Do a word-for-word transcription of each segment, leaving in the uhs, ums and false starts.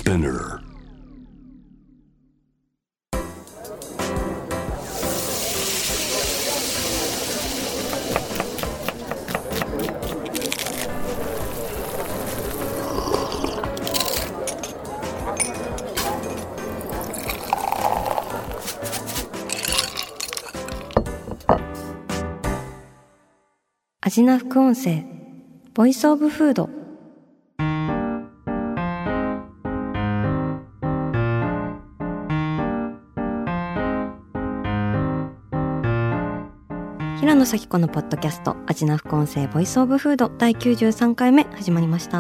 Spinner。 アジナ副音声ボイスオブフード。平野咲子のポッドキャストアジナ副音声ボイスオブフードだいきゅうじゅうさんかいめ始まりました。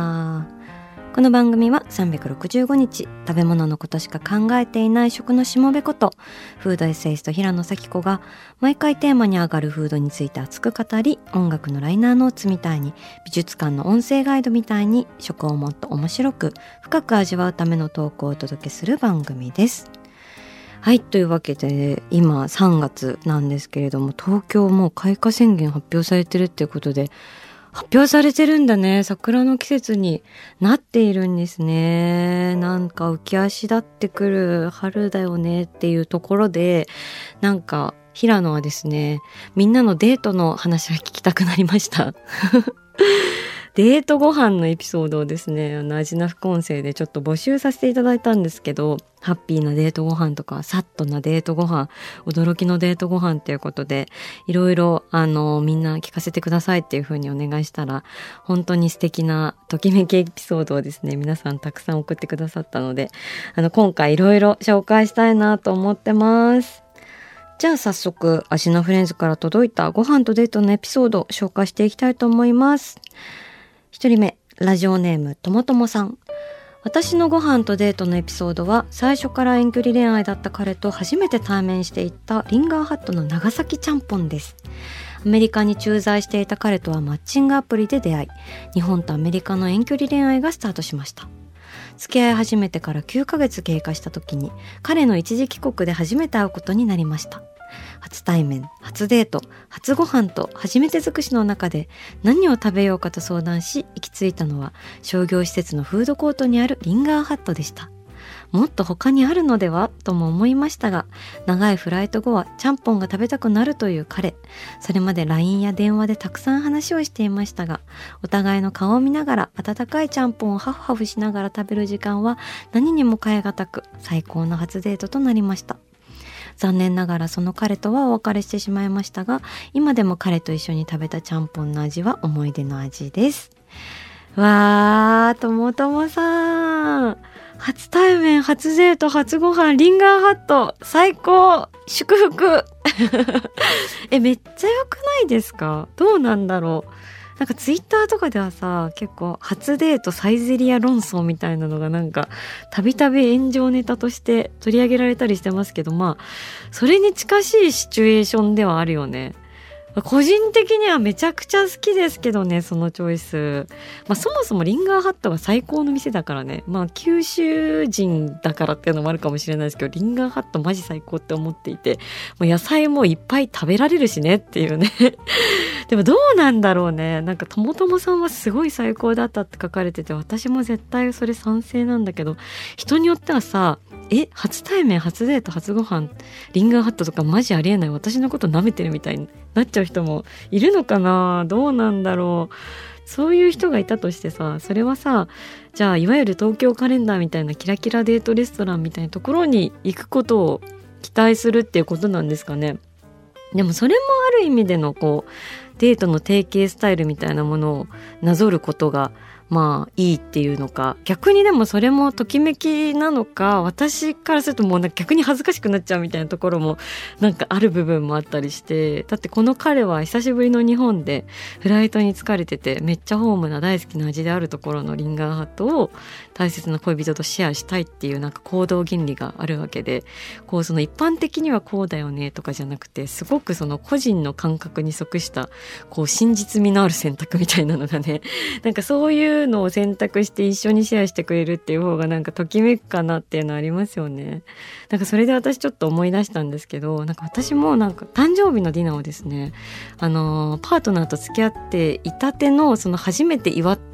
この番組はさんびゃくろくじゅうごにち食べ物のことしか考えていない食のしもべことフードエッセイスト平野咲子が毎回テーマに上がるフードについて熱く語り、音楽のライナーノーツみたいに美術館の音声ガイドみたいに食をもっと面白く深く味わうためのトークをお届けする番組です。はい、というわけで今さんがつなんですけれども、東京もう開花宣言発表されてるっていうことで、発表されてるんだね。桜の季節になっているんですね。なんか浮き足立ってくる春だよねっていうところで、なんか平野はですね、みんなのデートの話が聞きたくなりましたデートご飯のエピソードをですね、あのアジナ副音声でちょっと募集させていただいたんですけど、ハッピーなデートご飯とかサッとなデートご飯、驚きのデートご飯っていうことでいろいろあのみんな聞かせてくださいっていう風にお願いしたら、本当に素敵なときめきエピソードをですね皆さんたくさん送ってくださったので、あの今回いろいろ紹介したいなと思ってます。じゃあ早速アジナフレンズから届いたご飯とデートのエピソードを紹介していきたいと思います。一人目、ラジオネームともともさん。私のご飯とデートのエピソードは、最初から遠距離恋愛だった彼と初めて対面していったリンガーハットの長崎ちゃんぽんです。アメリカに駐在していた彼とはマッチングアプリで出会い、日本とアメリカの遠距離恋愛がスタートしました。付き合い始めてからきゅうかげつ経過した時に、彼の一時帰国で初めて会うことになりました。初対面、初デート、初ご飯と初めて尽くしの中で何を食べようかと相談し、行き着いたのは商業施設のフードコートにあるリンガーハットでした。もっと他にあるのではとも思いましたが、長いフライト後はちゃんぽんが食べたくなるという彼。それまで ライン や電話でたくさん話をしていましたが、お互いの顔を見ながら温かいちゃんぽんをハフハフしながら食べる時間は何にも代え難く、最高の初デートとなりました。残念ながらその彼とはお別れしてしまいましたが、今でも彼と一緒に食べたちゃんぽんの味は思い出の味です。わー、ともともさん、初対面、初デート、初ご飯、リンガーハット、最高、祝福え、めっちゃ良くないですか？どうなんだろう。なんかツイッターとかではさ、結構初デートサイゼリア論争みたいなのがなんかたびたび炎上ネタとして取り上げられたりしてますけど、まあそれに近しいシチュエーションではあるよね。個人的にはめちゃくちゃ好きですけどね、そのチョイス。まあそもそもリンガーハットが最高の店だからね。まあ九州人だからっていうのもあるかもしれないですけど、リンガーハットマジ最高って思っていて、まあ、野菜もいっぱい食べられるしねっていうねでもどうなんだろうね。なんかともともさんはすごい最高だったって書かれてて、私も絶対それ賛成なんだけど、人によってはさ、え、初対面、初デート、初ご飯、リンガーハットとかマジありえない、私のこと舐めてるみたいになっちゃう人もいるのかな。どうなんだろう。そういう人がいたとしてさ、それはさ、じゃあいわゆる東京カレンダーみたいなキラキラデートレストランみたいなところに行くことを期待するっていうことなんですかね。でもそれもある意味でのこうデートの定型スタイルみたいなものをなぞることがまあいいっていうのか、逆にでもそれもときめきなのか、私からするともうなんか逆に恥ずかしくなっちゃうみたいなところもなんかある部分もあったりして、だってこの彼は久しぶりの日本でフライトに疲れてて、めっちゃホームな大好きな味であるところのリンガーハットを大切な恋人とシェアしたいっていうなんか行動原理があるわけで、こうその一般的にはこうだよねとかじゃなくて、すごくその個人の感覚に即したこう真実味のある選択みたいなのがね、なんかそういうのを選択して一緒にシェアしてくれるっていう方がなんかときめくかなっていうのありますよね。なんかそれで私ちょっと思い出したんですけど、なんか私もなんか誕生日のディナーをですね、あのー、パートナーと付き合っていたてのその初めて祝っ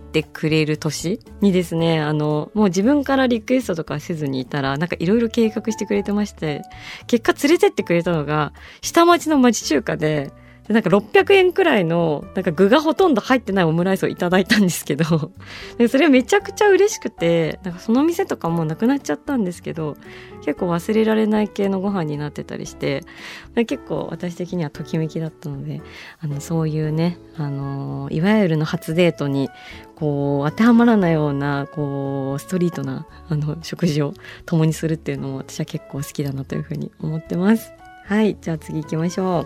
ってくれる年にですね、あのもう自分からリクエストとかせずにいたらなんかいろいろ計画してくれてまして、結果連れてってくれたのが下町の町中華で、でなんかろっぴゃくえんくらいのなんか具がほとんど入ってないオムライスをいただいたんですけどでそれめちゃくちゃ嬉しくて、なんかその店とかもうなくなっちゃったんですけど、結構忘れられない系のご飯になってたりして、結構私的にはときめきだったので、あのそういうね、あのいわゆるの初デートにこう当てはまらないようなこうストリートなあの食事を共にするっていうのも私は結構好きだなというふうに思ってます。はい、じゃあ次行きましょう。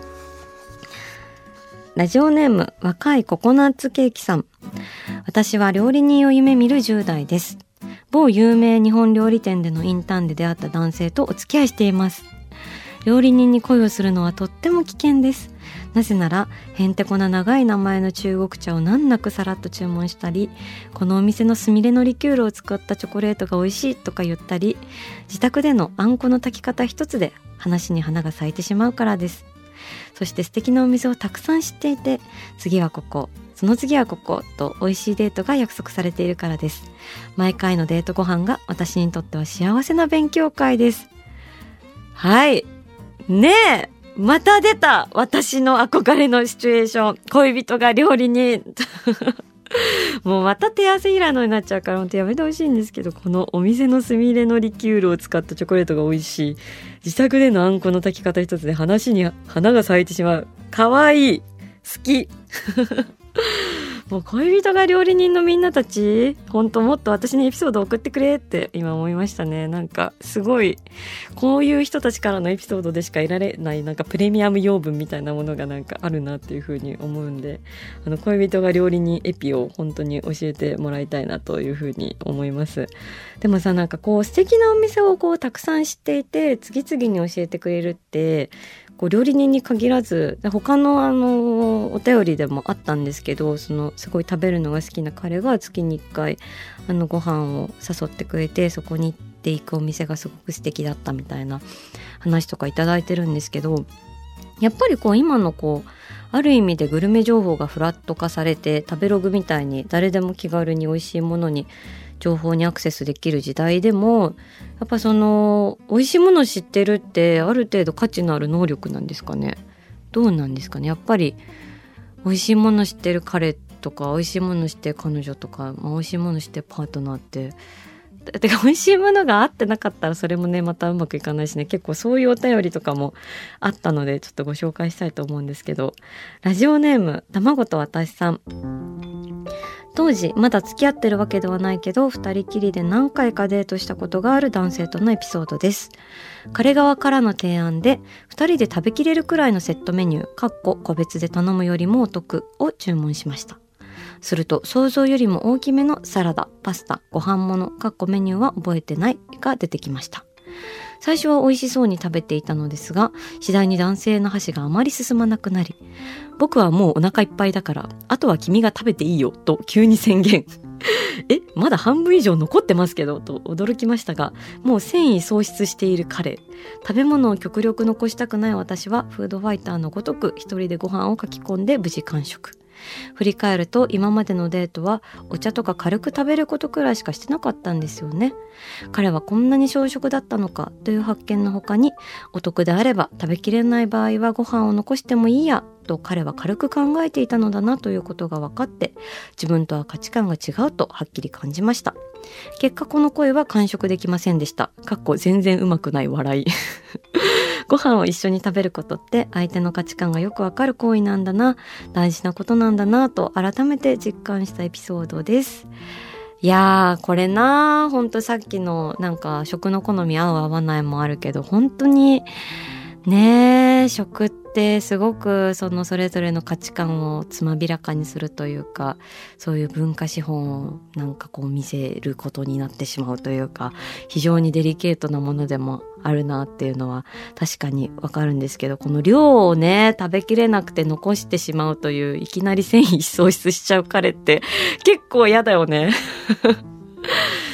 ラジオネーム若いココナッツケーキさん。私は料理人を夢見るじゅう代です。某有名日本料理店でのインターンで出会った男性とお付き合いしています。料理人に恋をするのはとっても危険です。なぜならへんてこな長い名前の中国茶を難なくさらっと注文したり、このお店のスミレのリキュールを使ったチョコレートが美味しいとか言ったり、自宅でのあんこの炊き方一つで話に花が咲いてしまうからです。そして素敵なお店をたくさん知っていて、次はここ、その次はここと美味しいデートが約束されているからです。毎回のデートご飯が私にとっては幸せな勉強会です。はい。ねえ、また出た私の憧れのシチュエーション。恋人が料理人。もうまた手汗いらのになっちゃうから本当やめてほしいんですけど、このお店のスミレのリキュールを使ったチョコレートが美味しい、自宅でのあんこの炊き方一つで話に花が咲いてしまう、かわいい、好きもう恋人が料理人のみんなたち、本当もっと私にエピソード送ってくれって今思いましたね。なんかすごいこういう人たちからのエピソードでしか得られないなんかプレミアム養分みたいなものがなんかあるなっていう風に思うんで、あの恋人が料理人エピを本当に教えてもらいたいなという風に思います。でもさ、なんかこう素敵なお店をこうたくさん知っていて次々に教えてくれるってこう料理人に限らず他のあのお便りでもあったんですけど、そのすごい食べるのが好きな彼が月にいっかいあのご飯を誘ってくれて、そこに行っていくお店がすごく素敵だったみたいな話とかいただいてるんですけど、やっぱりこう今のこうある意味でグルメ情報がフラット化されて食べログみたいに誰でも気軽に美味しいものに情報にアクセスできる時代でも、やっぱその美味しいものを知ってるってある程度価値のある能力なんですかね。どうなんですかね。やっぱり美味しいもの知ってる彼とか美味しいもの知ってる彼女とか、まあ、美味しいもの知ってるパートナーっててか美味しいものが合ってなかったらそれもねまたうまくいかないしね、結構そういうお便りとかもあったのでちょっとご紹介したいと思うんですけど、ラジオネーム卵と私さん。当時まだ付き合ってるわけではないけど二人きりで何回かデートしたことがある男性とのエピソードです。彼側からの提案で二人で食べきれるくらいのセットメニュー（かっこ個別で頼むよりもお得）を注文しました。すると想像よりも大きめのサラダ、パスタ、ご飯物（かっこメニューは覚えてない）が出てきました。最初は美味しそうに食べていたのですが、次第に男性の箸があまり進まなくなり、僕はもうお腹いっぱいだからあとは君が食べていいよと急に宣言え、まだ半分以上残ってますけどと驚きましたが、もう繊維喪失している彼。食べ物を極力残したくない私はフードファイターのごとく一人でご飯をかき込んで無事完食。振り返ると今までのデートはお茶とか軽く食べることくらいしかしてなかったんですよね。彼はこんなに小食だったのかという発見の他に、お得であれば食べきれない場合はご飯を残してもいいやと彼は軽く考えていたのだなということが分かって、自分とは価値観が違うとはっきり感じました。結果この恋は完食できませんでした。かっこ全然うまくない笑いご飯を一緒に食べることって相手の価値観がよくわかる行為なんだな、大事なことなんだなと改めて実感したエピソードです。いやーこれなー、ほんとさっきのなんか食の好み合う合わないもあるけど、本当にねー、食ってすごくそのそれぞれの価値観をつまびらかにするというか、そういう文化資本をなんかこう見せることになってしまうというか、非常にデリケートなものでもあるなっていうのは確かにわかるんですけど、この量をね食べきれなくて残してしまうという、いきなり繊維喪失しちゃう彼って結構嫌だよね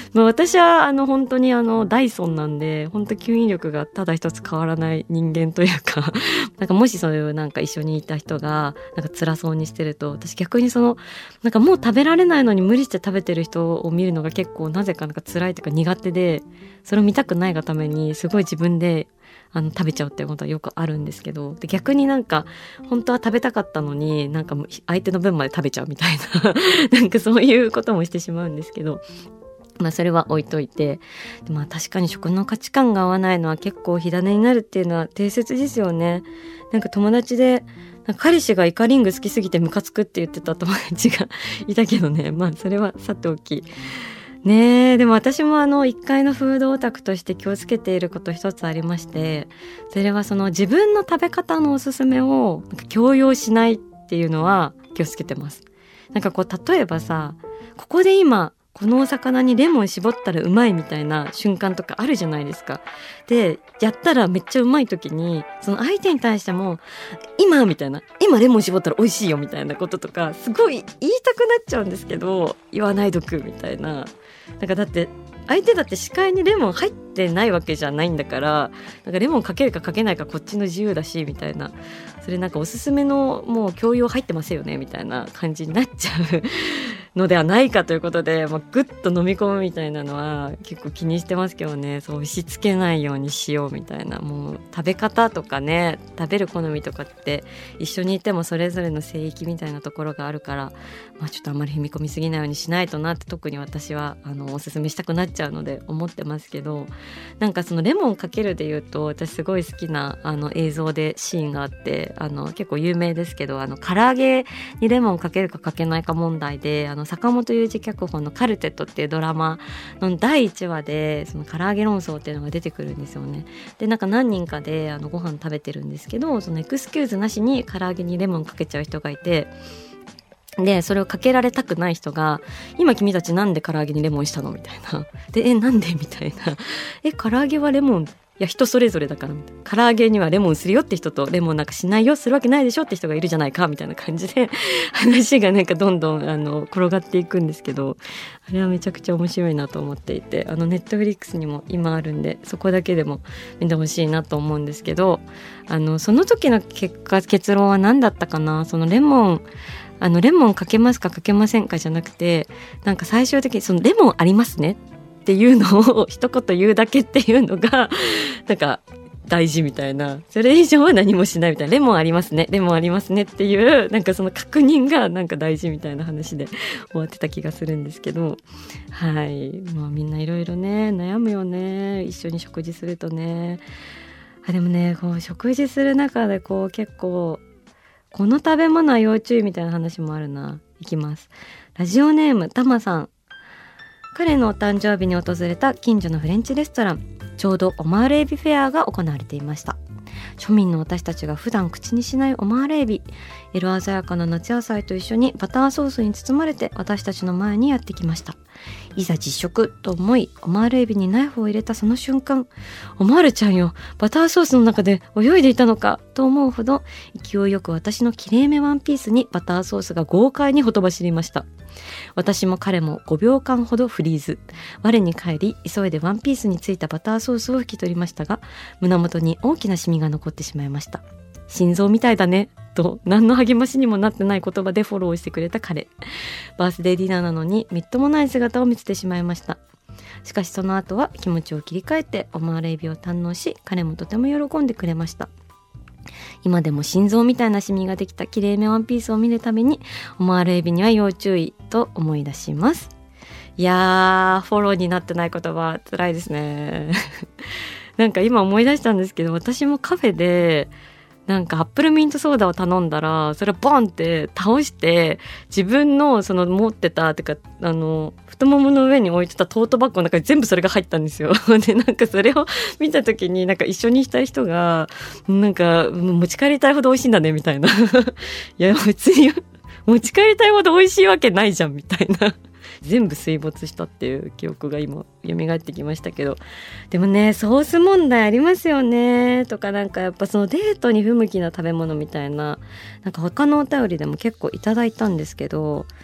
まあ、私はあの本当にあのダイソンなんで本当吸引力がただ一つ変わらない人間というかなんかもしそういうなんか一緒にいた人がなんか辛そうにしてると私逆にそのなんかもう食べられないのに無理して食べてる人を見るのが結構なぜかなんか辛いというか苦手でそれを見たくないがためにすごい自分であの食べちゃうっていうことはよくあるんですけどで逆になんか本当は食べたかったのになんか相手の分まで食べちゃうみたいななんかそういうこともしてしまうんですけどまあそれは置いといてでまあ確かに食の価値観が合わないのは結構火種になるっていうのは定説ですよね。なんか友達でなんか彼氏がイカリング好きすぎてムカつくって言ってた友達がいたけどねまあそれはさておきねえでも私もあの一階のフードオタクとして気をつけていること一つありましてそれはその自分の食べ方のおすすめをなんか強要しないっていうのは気をつけてます。なんかこう例えばさここで今このお魚にレモン絞ったらうまいみたいな瞬間とかあるじゃないですか。でやったらめっちゃうまい時にその相手に対しても今みたいな今レモン絞ったら美味しいよみたいなこととかすごい言いたくなっちゃうんですけど言わないどくみたいななんかだって相手だって視界にレモン入ってないわけじゃないんだからなんかレモンかけるかかけないかこっちの自由だしみたいなそれなんかおすすめのもう教養入ってますよねみたいな感じになっちゃうのではないかということで、まあ、ぐっと飲み込むみたいなのは結構気にしてますけどねそう押し付けないようにしようみたいなもう食べ方とかね食べる好みとかって一緒にいてもそれぞれの聖域みたいなところがあるから、まあ、ちょっとあんまり踏み込みすぎないようにしないとなって特に私はあのおすすめしたくなっちゃうので思ってますけどなんかそのレモンかけるでいうと私すごい好きなあの映像でシーンがあってあの結構有名ですけどあの唐揚げにレモンかけるかかけないか問題であの坂本龍一脚本のカルテットっていうドラマのだいいちわでその唐揚げ論争っていうのが出てくるんですよね。でなんか何人かであのご飯食べてるんですけどそのエクスキューズなしに唐揚げにレモンかけちゃう人がいてでそれをかけられたくない人が今君たちなんで唐揚げにレモンしたのみたいなでえなんでみたいなえ唐揚げはレモンいや人それぞれだからみたいな唐揚げにはレモンするよって人とレモンなんかしないよするわけないでしょって人がいるじゃないかみたいな感じで話がなんかどんどんあの転がっていくんですけどあれはめちゃくちゃ面白いなと思っていてあのネットフリックスにも今あるんでそこだけでも見てほしいなと思うんですけどあのその時の結果結論は何だったかなそのレモンあのレモンかけますかかけませんかじゃなくてなんか最終的にそのレモンありますねっていうのを一言言うだけっていうのがなんか大事みたいなそれ以上は何もしないみたいなレモンありますねレモンありますねっていうなんかその確認がなんか大事みたいな話で終わってた気がするんですけどはい、まあ、みんないろいろね悩むよね一緒に食事するとねあでもねこう食事する中でこう結構この食べ物は要注意みたいな話もあるな。いきます。ラジオネームたまさん。彼のお誕生日に訪れた近所のフレンチレストラン。ちょうどオマールエビフェアが行われていました。庶民の私たちが普段口にしないオマールエビ、色鮮やかな夏野菜と一緒にバターソースに包まれて私たちの前にやってきました。いざ実食と思いオマールエビにナイフを入れたその瞬間、オマールちゃんよ、バターソースの中で泳いでいたのかと思うほど勢いよく私のきれいめワンピースにバターソースが豪快にほとばしりました。私も彼もごびょうかんほどフリーズ。我に返り急いでワンピースについたバターソースを拭き取りましたが、胸元に大きなシミが残ってしまいました。心臓みたいだねと何の励ましにもなってない言葉でフォローしてくれた彼。バースデーディナーなのにみっともない姿を見せてしまいました。しかしその後は気持ちを切り替えてオマールエビを堪能し、彼もとても喜んでくれました。今でも心臓みたいなシミができたきれいめワンピースを見るためにオマールエビには要注意と思い出します。いやーフォローになってない言葉辛いですねなんか今思い出したんですけど、私もカフェでなんかアップルミントソーダを頼んだらそれをボンって倒して自分のその持ってたてかあの太ももの上に置いてたトートバッグの中に全部それが入ったんですよでなんかそれを見た時になんか一緒にした人がなんか持ち帰りたいほど美味しいんだねみたいないや別に持ち帰りたいほど美味しいわけないじゃんみたいな全部水没したっていう記憶が今蘇ってきましたけど、でもねソース問題ありますよねとか、なんかやっぱそのデートに不向きな食べ物みたいな、なんか他のお便りでも結構いただいたんですけど、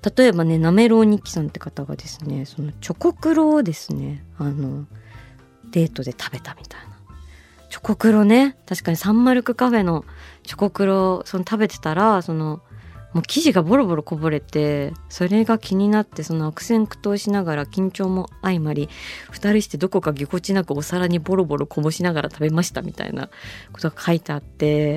例えばねなめろう日記さんって方がですね、そのチョコクロをですねあのデートで食べたみたいな。チョコクロね、確かにサンマルクカフェのチョコクロその食べてたら、そのもう生地がボロボロこぼれて、それが気になって、その悪戦苦闘しながら緊張も相まり二人してどこかぎこちなくお皿にボロボロこぼしながら食べましたみたいなことが書いてあって、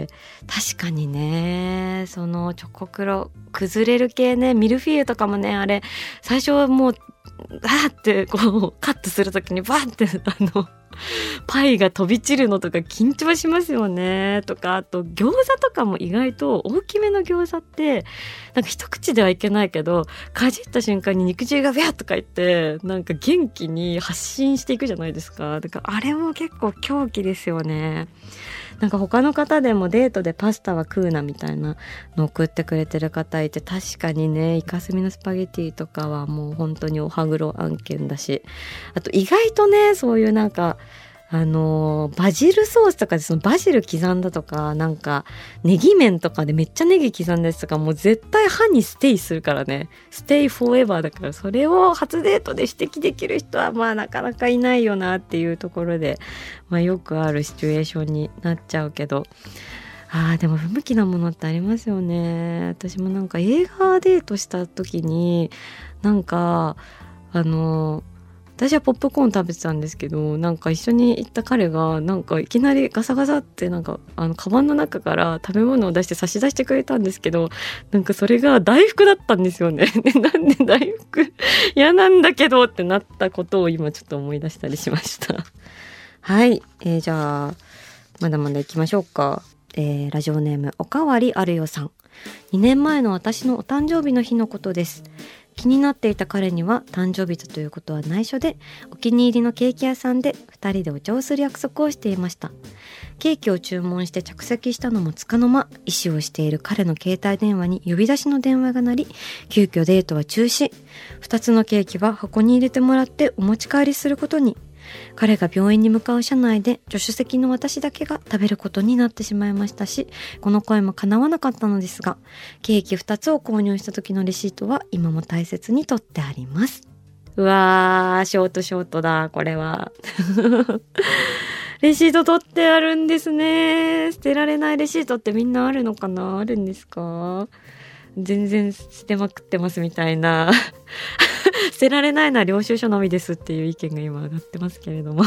確かにねそのチョコクロ崩れる系ね、ミルフィーユとかもね、あれ最初はもうバーってこうカットするときにバーってあのパイが飛び散るのとか緊張しますよね。とかあと餃子とかも意外と大きめの餃子ってなんか一口ではいけないけど、かじった瞬間に肉汁がビャッとかいってなんか元気に発信していくじゃないですか。だからあれも結構狂気ですよね。なんか他の方でもデートでパスタは食うなみたいなの送ってくれてる方いて、確かにねイカスミのスパゲティとかはもう本当にお歯黒案件だし、あと意外とねそういうなんかあのー、バジルソースとかでそのバジル刻んだとか、なんかネギ麺とかでめっちゃネギ刻んだやつとかもう絶対歯にステイするからね、ステイフォーエバーだから、それを初デートで指摘できる人はまあなかなかいないよなっていうところで、まあよくあるシチュエーションになっちゃうけど、あーでも不向きなものってありますよね。私もなんか映画デートした時になんかあのー私はポップコーン食べてたんですけど、なんか一緒に行った彼がなんかいきなりガサガサってなんかあのカバンの中から食べ物を出して差し出してくれたんですけど、なんかそれが大福だったんですよね。なんで大福嫌なんだけどってなったことを今ちょっと思い出したりしましたはい、えー、じゃあまだまだ行きましょうか。えー、ラジオネームおかわりあるよさん。にねんまえの私のお誕生日の日のことです。気になっていた彼には誕生日だということは内緒で、お気に入りのケーキ屋さんでふたりでお茶をする約束をしていました。ケーキを注文して着席したのもつかの間、意思をしている彼の携帯電話に呼び出しの電話が鳴り、急遽デートは中止。ふたつのケーキは箱に入れてもらってお持ち帰りすることに。彼が病院に向かう車内で助手席の私だけが食べることになってしまいましたし、この声も叶わなかったのですが、ケーキふたつを購入した時のレシートは今も大切に取ってあります。うわー、ショートショートだこれはレシート取ってあるんですね。捨てられないレシートってみんなあるのかな、あるんですか？全然捨てまくってますみたいな捨てられないのは領収書のみですっていう意見が今上がってますけれども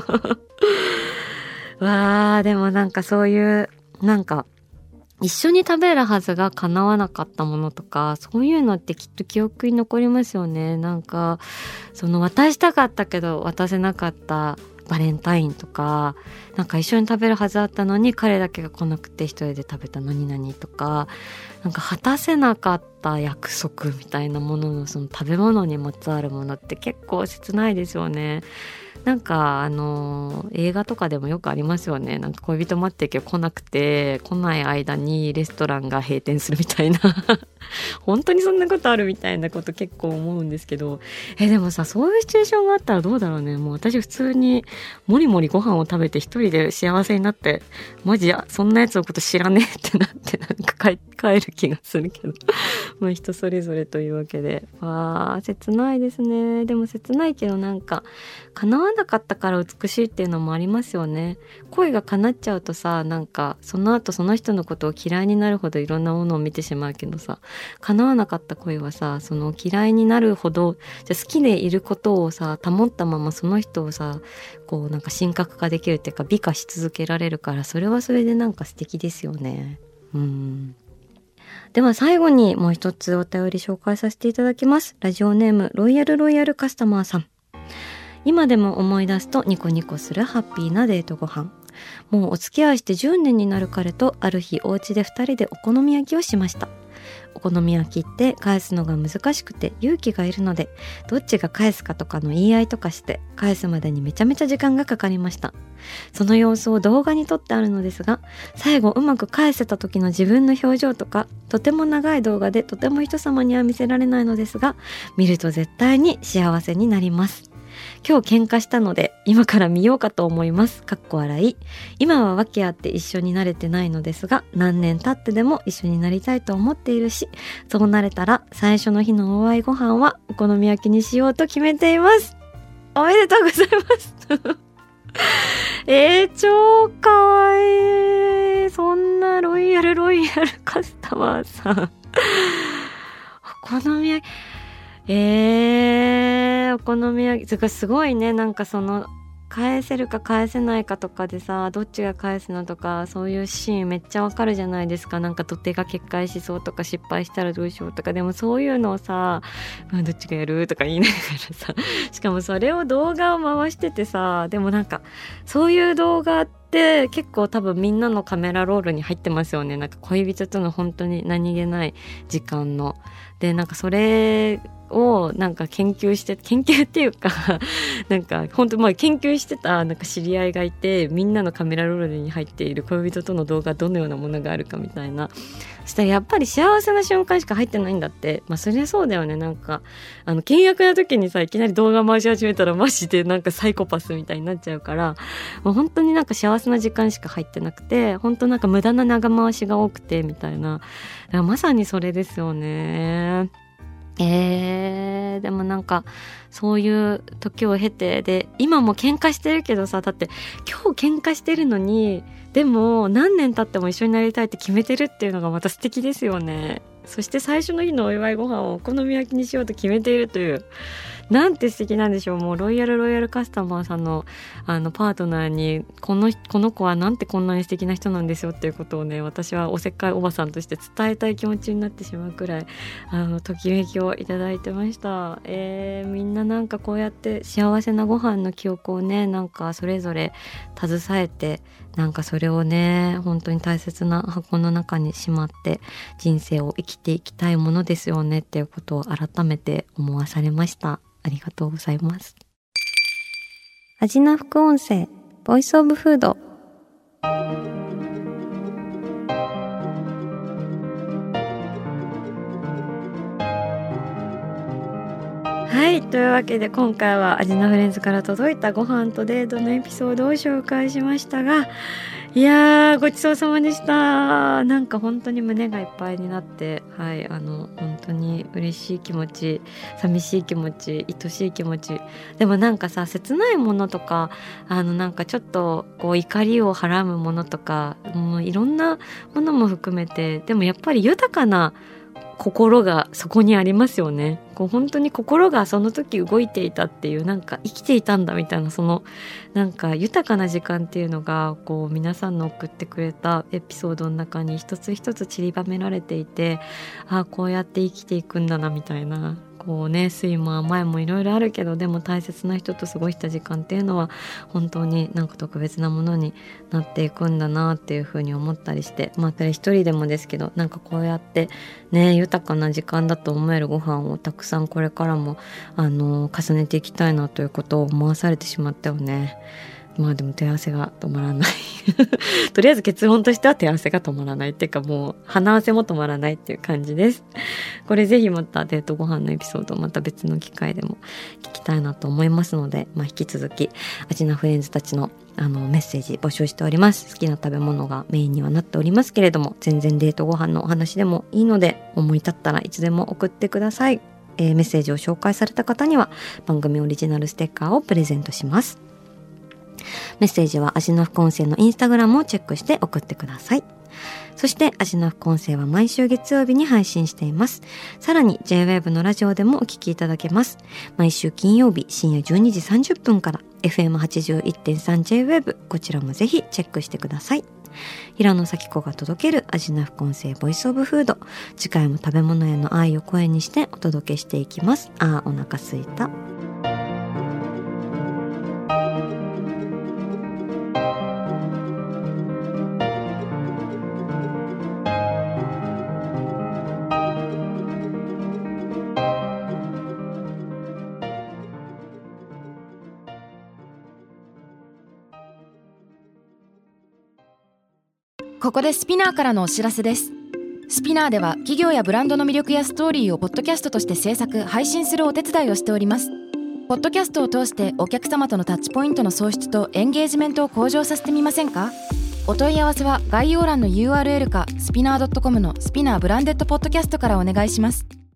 わー、でもなんかそういうなんか一緒に食べるはずが叶わなかったものとか、そういうのってきっと記憶に残りますよね。なんかその渡したかったけど渡せなかったバレンタインとか、なんか一緒に食べるはずだったのに彼だけが来なくて一人で食べた何々とか、なんか果たせなかった約束みたいなもののその食べ物にまつわるものって結構切ないですよね。なんかあの映画とかでもよくありますよね。なんか恋人待ってるけど来なくて、来ない間にレストランが閉店するみたいな本当にそんなことあるみたいなこと結構思うんですけど、えでもさ、そういうシチュエーションがあったらどうだろうね。もう私普通にもりもりご飯を食べて一人で幸せになって、マジそんなやつのこと知らねえってなってなんか帰帰る気がするけどまあ人それぞれというわけで、わー切ないですね。でも切ないけどなんか叶わなかったから美しいっていうのもありますよね。恋が叶っちゃうとさ、なんかその後その人のことを嫌いになるほどいろんなものを見てしまうけどさ、叶わなかった恋はさ、その嫌いになるほどじゃ好きでいることをさ保ったままその人をさこうなんか神格化できるっていうか美化し続けられるから、それはそれでなんか素敵ですよね。うん。では最後にもう一つお便り紹介させていただきます。ラジオネームロイヤルロイヤルカスタマーさん。今でも思い出すとニコニコするハッピーなデートご飯。もうお付き合いしてじゅうねんになる彼とある日お家でふたりでお好み焼きをしました。お好み焼きって返すのが難しくて勇気がいるので、どっちが返すかとかの言い合いとかして返すまでにめちゃめちゃ時間がかかりました。その様子を動画に撮ってあるのですが、最後うまく返せた時の自分の表情とかとても長い動画でとても人様には見せられないのですが、見ると絶対に幸せになります。 今日喧嘩したので今から見ようかと思います。かっこ笑い。今は訳あって一緒になれてないのですが、何年経ってでも一緒になりたいと思っているし、そうなれたら最初の日のお祝いご飯はお好み焼きにしようと決めています。おめでとうございますえー、超かわいい。そんなロイヤルロイヤルカスタマーさんお好み焼き、えー、お好み焼きつかすごいね。なんかその返せるか返せないかとかでさ、どっちが返すのとか、そういうシーンめっちゃわかるじゃないですか。なんか土手が決壊しそうとか、失敗したらどうしようとか。でもそういうのをさ、どっちがやるとか言いながらさ、しかもそれを動画を回しててさ、でもなんかそういう動画って結構多分みんなのカメラロールに入ってますよね。なんか恋人との本当に何気ない時間ので、なんかそれをなんか研究して研究っていうかなんか本当まあ研究してたなんか知り合いがいて、みんなのカメラロールに入っている恋人との動画どのようなものがあるかみたいな。そしたらやっぱり幸せな瞬間しか入ってないんだって。まあそりゃそうだよね。なんかあの倹約な時にさ、いきなり動画回し始めたらマジでなんかサイコパスみたいになっちゃうから、もう本当になんか幸せな時間しか入ってなくて、本当なんか無駄な長回しが多くてみたいな。だからまさにそれですよね。えー、でもなんかそういう時を経て、で今も喧嘩してるけどさ、だって今日喧嘩してるのにでも何年経っても一緒になりたいって決めてるっていうのがまた素敵ですよね。そして最初の日のお祝いご飯をお好み焼きにしようと決めているという、なんて素敵なんでしょう。もうロイヤルロイヤルカスタマーさんのあのパートナーにこのこの子はなんてこんなに素敵な人なんですよっていうことをね、私はおせっかいおばさんとして伝えたい気持ちになってしまうくらい、あのときめきをいただいてました。えー、みんななんかこうやって幸せなご飯の記憶をね、なんかそれぞれ携えて、なんかそれをね本当に大切な箱の中にしまって人生を生きていきたいものですよねっていうことを改めて思わされました。ありがとうございます。味な副音声ボイスオブフード。はい、というわけで今回は味なフレンズから届いたご飯とデートのエピソードを紹介しましたが、いやーごちそうさまでした。なんか本当に胸がいっぱいになって、はい、あの本当に嬉しい気持ち、寂しい気持ち、愛しい気持ち、でもなんかさ、切ないものとか、あのなんかちょっとこう怒りをはらむものとか、もういろんなものも含めて、でもやっぱり豊かな心がそこにありますよね。こう本当に心がその時動いていたっていう、なんか生きていたんだみたいな、そのなんか豊かな時間っていうのがこう皆さんの送ってくれたエピソードの中に一つ一つ散りばめられていて、ああこうやって生きていくんだなみたいな。こうね、酸いも甘いもいろいろあるけど、でも大切な人と過ごした時間っていうのは本当になんか特別なものになっていくんだなっていうふうに思ったりして、まあ一人でもですけど、なんかこうやってね豊かな時間だと思えるご飯をたくさんこれからもあの重ねていきたいなということを思わされてしまったよね。まあでも手汗が止まらないとりあえず結論としては手汗が止まらないっていうか、もう鼻汗も止まらないっていう感じです。これぜひまたデートご飯のエピソードをまた別の機会でも聞きたいなと思いますので、まあ、引き続きアジナフレンズたちのあのメッセージ募集しております。好きな食べ物がメインにはなっておりますけれども、全然デートご飯のお話でもいいので、思い立ったらいつでも送ってください。えー、メッセージを紹介された方には番組オリジナルステッカーをプレゼントします。メッセージは味の副音声のインスタグラムをチェックして送ってください。そして味の副音声は毎週月曜日に配信しています。さらに ジェイウェーブ のラジオでもお聞きいただけます。毎週金曜日深夜じゅうにじさんじゅっぷんから エフエムはちじゅういってんさん ジェイウェーブ、 こちらもぜひチェックしてください。平野咲子が届ける味の副音声ボイスオブフード。次回も食べ物への愛を声にしてお届けしていきます。あーお腹すいた。 ここでスピナーからのお知らせです。スピナーでは企業やブランドの魅力やストーリーをポッドキャストとして制作・配信するお手伝いをしております。 ポッドキャストを通してお客様とのタッチポイントの創出とエンゲージメントを向上させてみませんか？お問い合わせは概要欄の ユーアールエル かスピナー ドットコム のスピナーブランデッドポッドキャストからお願いします。